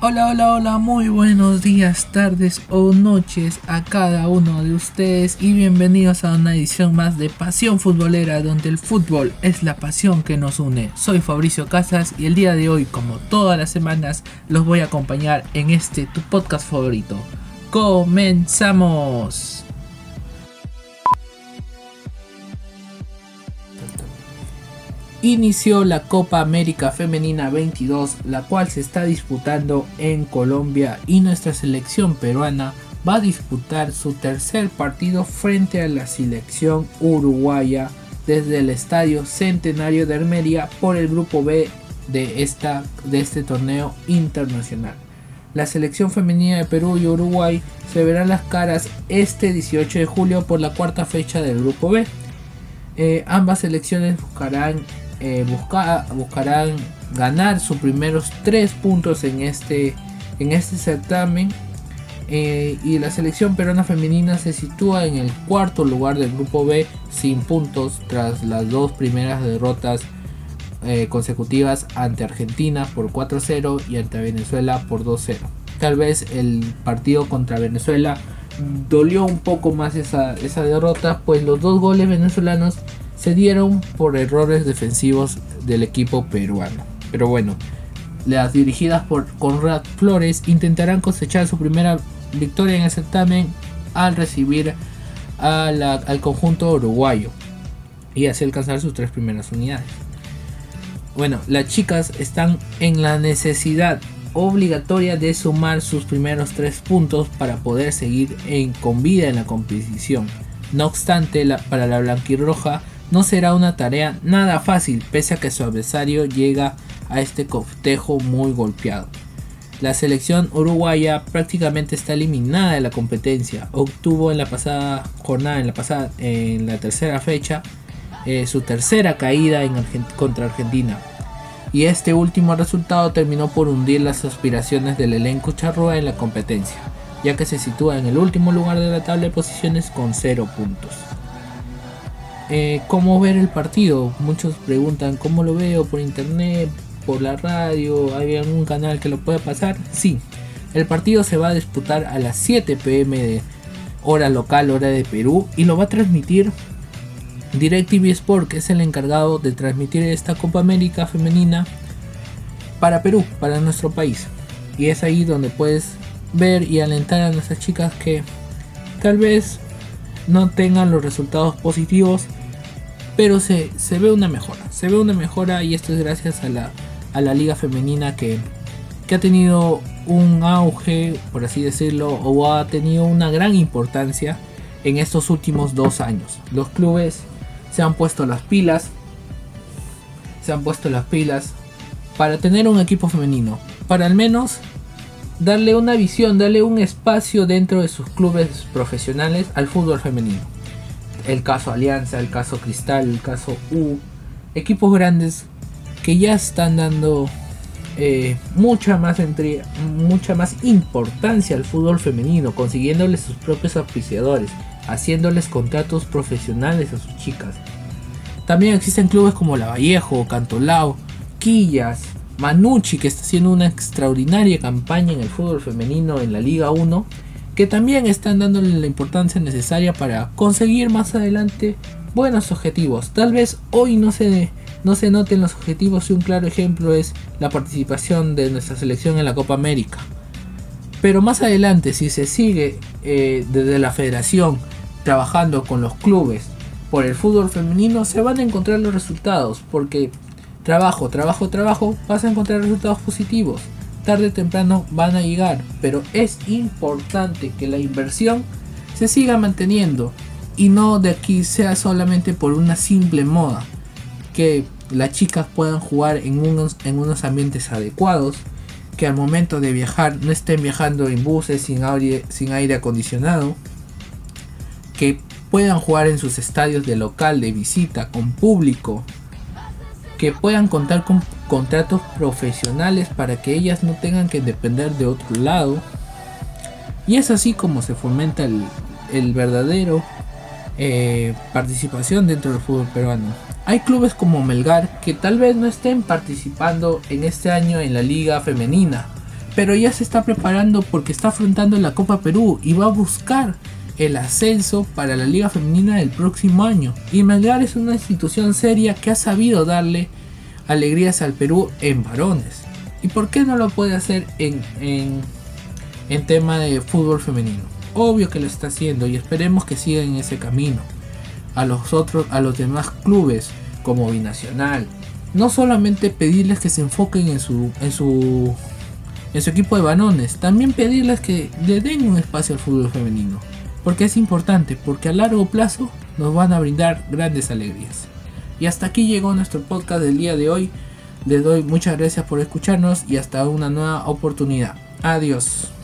Hola, hola, hola, muy buenos días, tardes o noches a cada uno de ustedes y bienvenidos a una edición más de Pasión Futbolera, donde el fútbol es la pasión que nos une. Soy Fabricio Casas y el día de hoy, como todas las semanas, los voy a acompañar en tu podcast favorito. ¡Comenzamos! Inició la Copa América Femenina 22, la cual se está disputando en Colombia, y nuestra selección peruana va a disputar su tercer partido frente a la selección uruguaya desde el Estadio Centenario de Almería por el grupo B de este torneo internacional. La selección femenina de Perú y Uruguay se verán las caras este 18 de julio por la cuarta fecha del grupo B. Ambas selecciones buscarán ganar sus primeros 3 puntos en este certamen, y la selección peruana femenina se sitúa en el cuarto lugar del grupo B sin puntos tras las dos primeras derrotas consecutivas ante Argentina por 4-0 y ante Venezuela por 2-0. Tal vez el partido contra Venezuela dolió un poco más esa derrota, pues los dos goles venezolanos se dieron por errores defensivos del equipo peruano. Pero bueno, las dirigidas por Conrad Flores intentarán cosechar su primera victoria en el certamen al recibir al conjunto uruguayo y así alcanzar sus 3 primeras unidades. Bueno, las chicas están en la necesidad obligatoria de sumar sus primeros 3 puntos para poder seguir con vida en la competición. No obstante, para la blanquirroja no será una tarea nada fácil, pese a que su adversario llega a este cotejo muy golpeado. La selección uruguaya prácticamente está eliminada de la competencia. Obtuvo en la pasada jornada, en la tercera fecha, su tercera caída contra Argentina. Y este último resultado terminó por hundir las aspiraciones del elenco charrúa en la competencia, ya que se sitúa en el último lugar de la tabla de posiciones con 0 puntos. ¿Cómo ver el partido? Muchos preguntan cómo lo veo, por internet, por la radio, ¿hay algún canal que lo pueda pasar? Sí, el partido se va a disputar a las 7 p.m. de hora local, hora de Perú, y lo va a transmitir DirecTV Sport, que es el encargado de transmitir esta Copa América femenina para Perú, para nuestro país. Y es ahí donde puedes ver y alentar a nuestras chicas que tal vez no tengan los resultados positivos, pero se ve una mejora, y esto es gracias a la liga femenina que ha tenido un auge, por así decirlo, o ha tenido una gran importancia en estos últimos 2 años. Los clubes se han puesto las pilas para tener un equipo femenino, para al menos darle una visión, darle un espacio dentro de sus clubes profesionales al fútbol femenino. El caso Alianza, el caso Cristal, el caso U, equipos grandes que ya están dando mucha más importancia al fútbol femenino, consiguiéndoles sus propios auspiciadores, haciéndoles contratos profesionales a sus chicas. También existen clubes como Lavallejo, Cantolao, Quillas, Manucci, que está haciendo una extraordinaria campaña en el fútbol femenino en la Liga 1, que también están dándole la importancia necesaria para conseguir más adelante buenos objetivos. Tal vez hoy no se noten los objetivos, y un claro ejemplo es la participación de nuestra selección en la Copa América. Pero más adelante, si se sigue desde la federación trabajando con los clubes por el fútbol femenino, se van a encontrar los resultados, porque trabajo, vas a encontrar resultados positivos. Tarde o temprano van a llegar, pero es importante que la inversión se siga manteniendo y no de aquí sea solamente por una simple moda. Que las chicas puedan jugar en unos ambientes adecuados, que al momento de viajar no estén viajando en buses sin aire acondicionado, que puedan jugar en sus estadios de local, de visita, con público, que puedan contar con contratos profesionales para que ellas no tengan que depender de otro lado. Y es así como se fomenta el verdadero participación dentro del fútbol peruano. Hay clubes como Melgar que tal vez no estén participando en este año en la liga femenina, pero ya se está preparando porque está afrontando la Copa Perú y va a buscar el ascenso para la Liga Femenina del próximo año. Y Melgar es una institución seria que ha sabido darle alegrías al Perú en varones. ¿Y por qué no lo puede hacer en tema de fútbol femenino? Obvio que lo está haciendo y esperemos que siga en ese camino. A los demás clubes como Binacional, no solamente pedirles que se enfoquen en su equipo de varones, también pedirles que le den un espacio al fútbol femenino, porque es importante, porque a largo plazo nos van a brindar grandes alegrías. Y hasta aquí llegó nuestro podcast del día de hoy. Les doy muchas gracias por escucharnos y hasta una nueva oportunidad. Adiós.